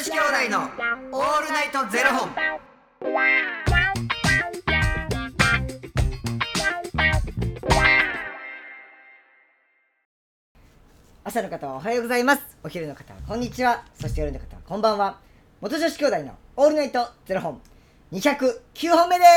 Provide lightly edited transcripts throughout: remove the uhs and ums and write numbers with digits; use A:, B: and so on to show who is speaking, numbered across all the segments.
A: 子兄弟のオールナイトゼロ本。
B: 朝の方はおはようございます。お昼の方はこんにちは。そして夜の方はこんばんは。元女子兄弟のオールナイトゼロ本209本目で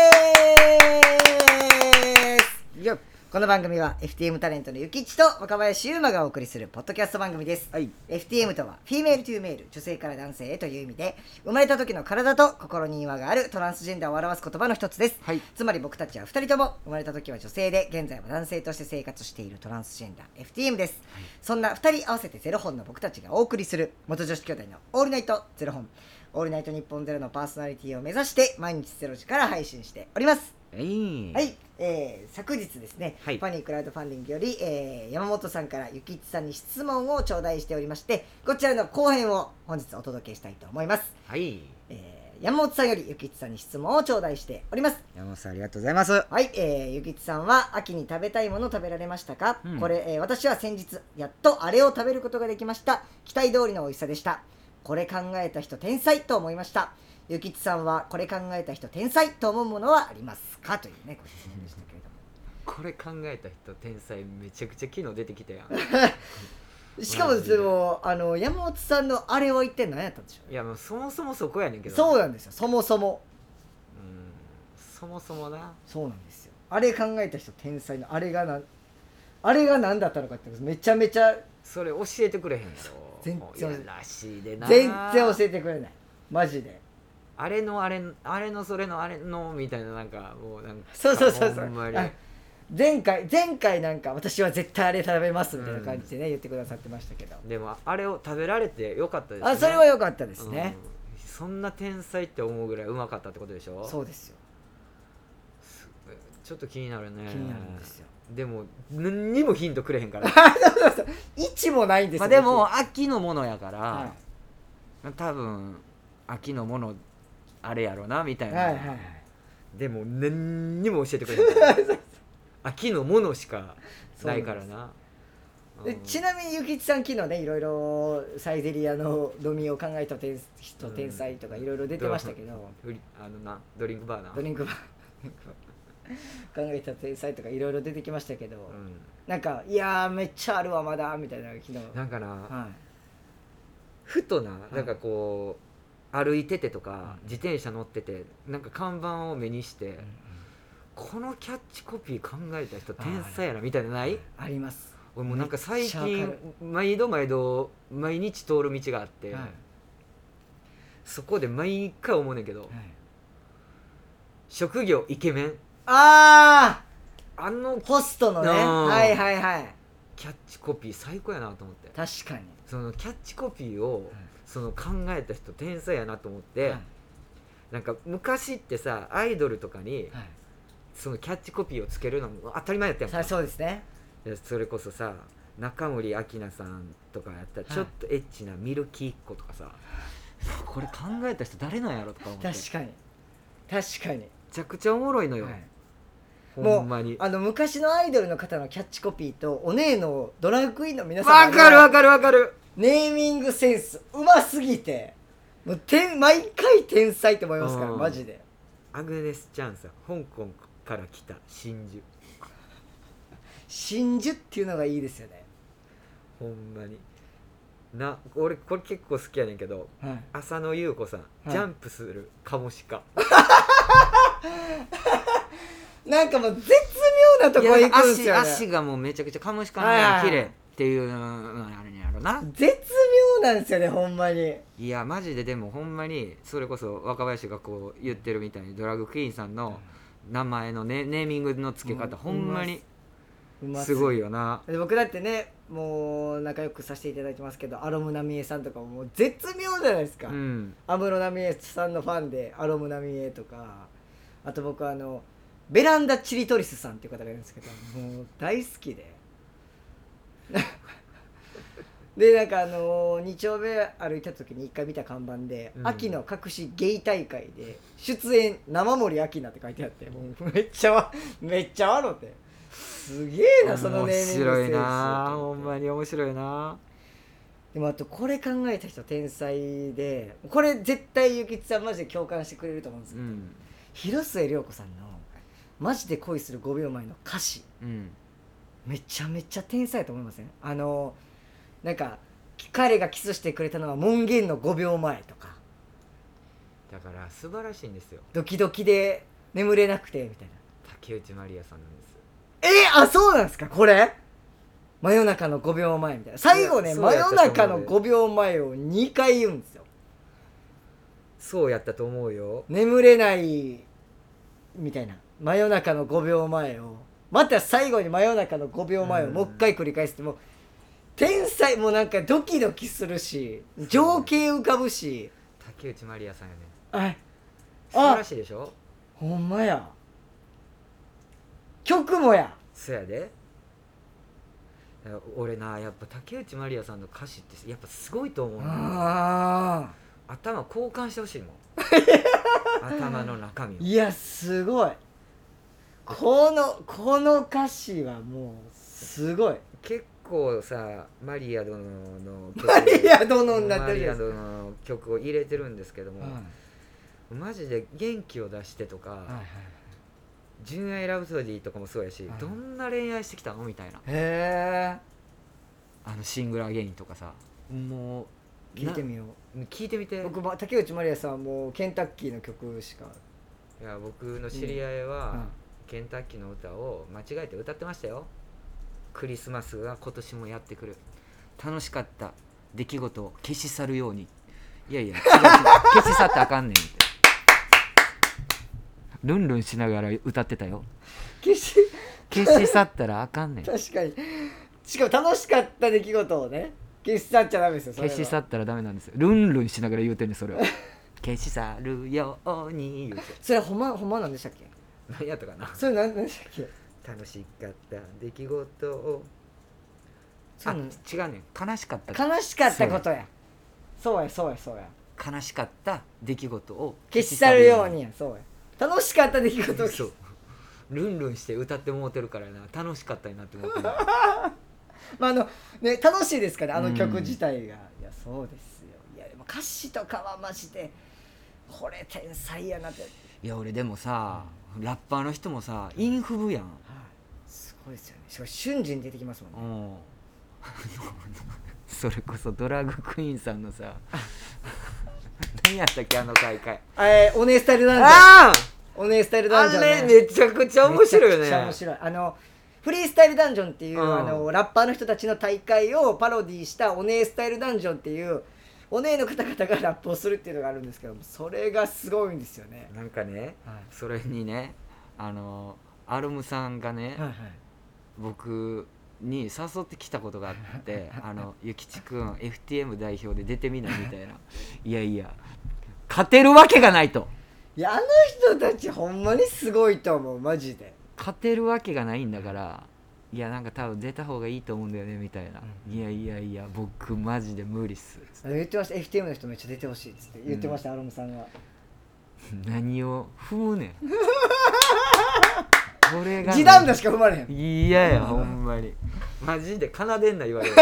B: ーす。よっ。この番組は FTM タレントのゆきっちと若林優馬がお送りするポッドキャスト番組です、はい、FTM とはフィメールトゥーメール、女性から男性へという意味で、生まれた時の体と心に違和があるトランスジェンダーを表す言葉の一つです、はい、つまり僕たちは2人とも生まれた時は女性で現在は男性として生活しているトランスジェンダー FTM です、はい、そんな2人合わせてゼロ本の僕たちがお送りする元女子兄弟のオールナイトゼロ本、オールナイト日本ゼロのパーソナリティを目指して毎日ゼロ時から配信しております。はい、昨日ですね、はい、ファニークラウドファンディングより、山本さんからゆきっちさんに質問を頂戴しておりまして、こちらの後編を本日お届けしたいと思います。はい、山本さんよりゆきっちさんに質問を頂戴しております。
C: 山本さんありがとうございます。
B: はい、ゆきっちさんは秋に食べたいものを食べられましたか？これ、私は先日やっとあれを食べることができました。期待通りの美味しさでした。これ考えた人天才と思いました。ゆきっちさんはこれ考えた人天才と思うものはありますか？というね、ご質問でしたけれども。
A: これ考えた人天才、めちゃくちゃ昨日出てきたや
B: んしかもでも山本さんのあれは一体何やったんでしょう。
A: いやもうそもそもそこやねんけど。
B: そうなんですよ、そもそも
A: そもそもな。
B: そうなんですよ。あれ考えた人天才のあれが何だったのかってめちゃめちゃ
A: それ教えてくれへんやろ。
B: 全然
A: らしいでな。
B: 全然教えてくれない、マジで。
A: あれのそれのあれのみたいな、なんかもうなんか
B: そう
A: ほんまに
B: 前回なんか私は絶対あれ食べますみたいな感じでね、言ってくださってましたけど、
A: でもあれを食べられてよかったですね。
B: それはよかったですね、
A: そんな天才って思うぐらいうまかったってことでしょ。
B: そうですよ。
A: ちょっと気になるね。
B: 気になるんですよ。
A: でも何にもヒントくれへんから
B: そう1もないんですよ、
A: でも秋のものやから、多分秋のものあれやろなみたいな、でも何にも教えてくれへんから秋のものしかないからな。
B: でちなみにゆきっちさん昨日ね、いろいろサイゼリヤの飲みを考えた人天才とかいろいろ出てましたけど、
A: ドリンクバー
B: 考えた天才とかいろいろ出てきましたけど、なんかいやーめっちゃあるわまだみたいな昨日
A: なんかな、ふとな、なんかこう歩いててとか、自転車乗っててなんか看板を目にして、このキャッチコピー考えた人天才やなみたいなない？
B: あります。
A: 俺もうなんか最近毎日通る道があって、そこで毎回思うねんけど、職業イケメン、
B: ホストのね、
A: キャッチコピー最高やなと思って。
B: 確かに
A: そのキャッチコピーを、その考えた人天才やなと思って、なんか昔ってさアイドルとかに、そのキャッチコピーをつけるのも当たり前やったやんか。
B: そうですね。
A: それこそさ中森明菜さんとかやったらちょっとエッチなミルキーっ子とかさ、これ考えた人誰なんやろとか思って。
B: 確かにめ
A: ちゃくちゃおもろいのよ、
B: ほんまに。昔のアイドルの方のキャッチコピーとお姉のドラッグクイーンの皆さん
A: のわかる
B: ネーミングセンスうますぎて、もう毎回天才って思いますから、マジで。
A: アグネス・チャンさん、香港から来た
B: 真珠っていうのがいいですよね。
A: ほんまに俺これ結構好きやねんけど、浅野ゆう子さん、ジャンプするカモシカ
B: なんかもう絶妙なとこ行くんですよね。
A: 足がもうめちゃくちゃカモシカのように綺麗っていうのあるんやろな。
B: 絶妙なんですよね、ほんまに。
A: いやマジで、でもほんまにそれこそ若林がこう言ってるみたいにドラッグクイーンさんの名前のネーミングの付け方、ほんまにすごいよな。
B: 僕だってね、もう仲良くさせていただいてますけど、アロムナミエさんとかもう絶妙じゃないですか、安室奈美恵さんのファンでアロムナミエとか、あと僕ベランダチリトリスさんっていう方がいるんですけど、もう大好きででなんか2丁目歩いた時に一回見た看板で、秋の隠しゲイ大会で出演生森明菜って書いてあって、もうめっちゃ笑って、すげえなそのネーミングセンス。
A: 面白いな、ほんまに面白いな。
B: でもあとこれ考えた人天才で、これ絶対ゆきつさんマジで共感してくれると思うんですけど、広末涼子さんのマジで恋する5秒前の歌詞、めちゃめちゃ天才だと思いません？なんか彼がキスしてくれたのは門限の5秒前とか、
A: だから素晴らしいんですよ。
B: ドキドキで眠れなくてみたいな。
A: 竹内まりやさんなんです。
B: あ、そうなんですか。これ真夜中の5秒前みたいな、最後ね、真夜中の5秒前を2回言うんですよ。
A: そうやったと思うよ。
B: 眠れないみたいな、真夜中の5秒前をまた最後に真夜中の5秒前をもう一回繰り返して、もう天才、もうなんかドキドキするし情景浮かぶし。
A: 竹内まりやさんやね。
B: はい、
A: 素晴らしいでしょ。
B: ほんまや、曲もや。
A: そやで。俺な、やっぱ竹内まりやさんの歌詞ってやっぱすごいと思う。頭交換してほしいもん頭の中身を。
B: いやすごい、この歌詞はもうすごい。
A: 結構さ、マリア殿の曲、
B: マリア殿になってるじゃないですか。
A: マリア殿の曲を入れてるんですけども、マジで元気を出してとか、純愛ラブソディとかもそうやし、どんな恋愛してきたのみたいな。
B: へ
A: え。シングルアゲインとかさ、もう
B: 聞いてみよう。
A: 聞いてみて。
B: 僕竹内まりやさんはもうケンタッキーの曲しか。
A: いや、僕の知り合いは、ケンタッキーの歌を間違えて歌ってましたよ。クリスマスが今年もやってくる、楽しかった出来事を消し去るように。いやいや、消し去ってあかんねんってルンルンしながら歌ってたよ。消し去ったらあかんねん。
B: 確かに。しかも楽しかった出来事をね、消し去っちゃダメですよ。
A: 消し去ったらダメなんですよ。ルンルンしながら言うてんねん、それを消し去るように言うて。
B: それほんまなんでしたっけ？
A: 何やったかな。
B: それ何でしたっけ？
A: 楽しかった出来事を、違うねん、悲しかった
B: ことや。そうや
A: 悲しかった出来事を
B: 消し去るようにや。そうや、楽しかった出来事を
A: そう、ルンルンして歌ってもうてるからな、楽しかったになってもうてる
B: まあね、楽しいですから曲自体が。いやそうですよ。いやでも歌詞とかはマジでこれ天才やなって。
A: いや俺でもさ、ラッパーの人もさインフブやん、
B: すごいですよね。しかも瞬時に出てきますもんね。
A: それこそドラッグクイーンさんのさ何やったっけ、あの大会、
B: オネスタイルダンジョン。オネスタイルダンジョン、
A: あれめちゃくちゃ面白いよね。
B: めちゃくちゃ面白い。フリースタイルダンジョンっていう、ラッパーの人たちの大会をパロディしたオネースタイルダンジョンっていうお姉の方々がラップをするっていうのがあるんですけども、それがすごいんですよね。
A: なんかね、それにね、アルムさんがね、僕に誘ってきたことがあってゆきちくん FTM 代表で出てみないみたいな。いやいや勝てるわけがないと。
B: いや人たちほんまにすごいと思う、マジで。
A: 勝てるわけがないんだから、いやなんか多分出た方がいいと思うんだよねみたいな、いや僕マジで無理っす。
B: 言ってました。 FTM の人めっちゃ出てほしいっつって言ってました、アロムさんが。
A: 何を踏むねんこれが
B: 時短だしか踏まれへん。
A: いやほんまにマジで奏でんな言われる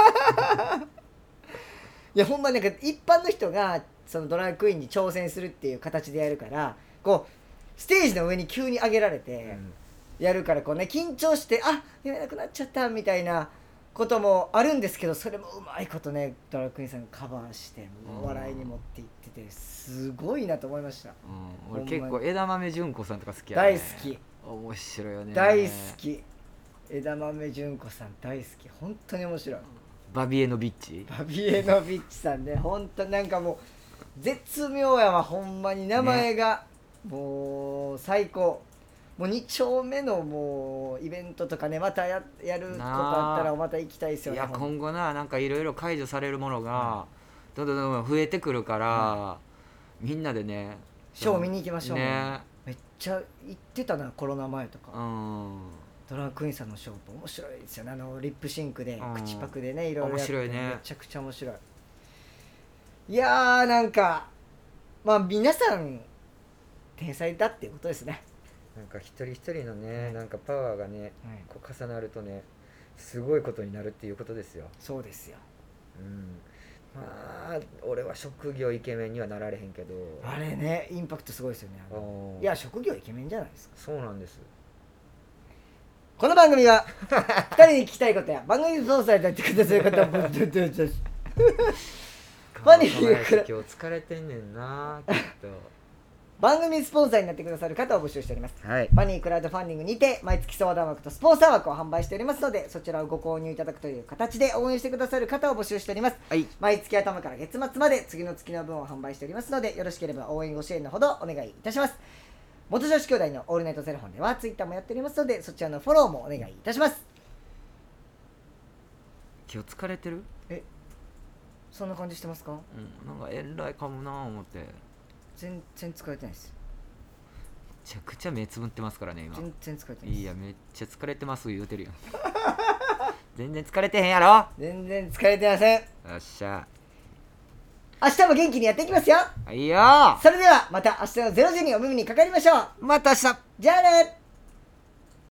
B: いやほんまなんか一般の人がそのドラァグクイーンに挑戦するっていう形でやるから、こうステージの上に急に上げられてやるから、こうね緊張して言えなくなっちゃったみたいなこともあるんですけど、それもうまいことねドラァグクイーンさんがカバーして笑いに持っていっててすごいなと思いました。
A: 俺結構枝豆純子さんとか好きや
B: ね。大好き。
A: 面白いよね。
B: 大好き。枝豆純子さん大好き。本当に面白い。
A: バビエノビッチ
B: さんね、本当なんかもう絶妙やわ、ほんまに名前が、もう最高。もう2丁目のもうイベントとかね、また やることあったらまた行きたいですよね。
A: いや今後なんかいろいろ解除されるものがどんどん増えてくるから、みんなでね
B: ショー見に行きましょう
A: ね。
B: めっちゃ行ってたな、コロナ前とか。ドラァグクイーンさんのショーも面白いですよね。リップシンクで口パクでねいろいろやって
A: 面白いね。
B: めちゃくちゃ面白い。いやなんかまあ皆さん天才だっていうことですね。
A: なんか一人一人のね、なんかパワーがね、こう重なるとねすごいことになるっていうことですよ。
B: そうですよ。
A: まあ俺は職業イケメンにはなられへんけど、
B: あれねインパクトすごいですよね。いや職業イケメンじゃないですか。
A: そうなんです。
B: この番組は2人に聞きたいことや番組スポンサーになってくださる方もファニーから
A: 今日疲れてんねんなきっと
B: 番組スポンサーになってくださる方を募集しております、
A: はい、
B: ファニークラウドファンディングにて毎月相談枠とスポンサー枠を販売しておりますので、そちらをご購入いただくという形で応援してくださる方を募集しております、
A: はい、
B: 毎月頭から月末まで次の月の分を販売しておりますので、よろしければ応援ご支援のほどお願いいたします。元女子兄弟のオールナイトゼロ本ではツイッターもやっておりますので、そちらのフォローもお願いいたします。
A: 今日疲れてる？
B: そんな感じしてますか？
A: なんかえらいかもな思って。
B: 全然疲れてないです。
A: めちゃくちゃ目つぶってますからね今。
B: 全然疲れてないです。
A: いやめっちゃ疲れてます言うてるやん全然疲れてへんやろ。
B: 全然疲れてません。よ
A: っしゃ、
B: 明日も元気にやっていきますよ。
A: はいよ。
B: それではまた明日の0時にお耳にかかりましょう。
A: また明日。
B: じゃあね。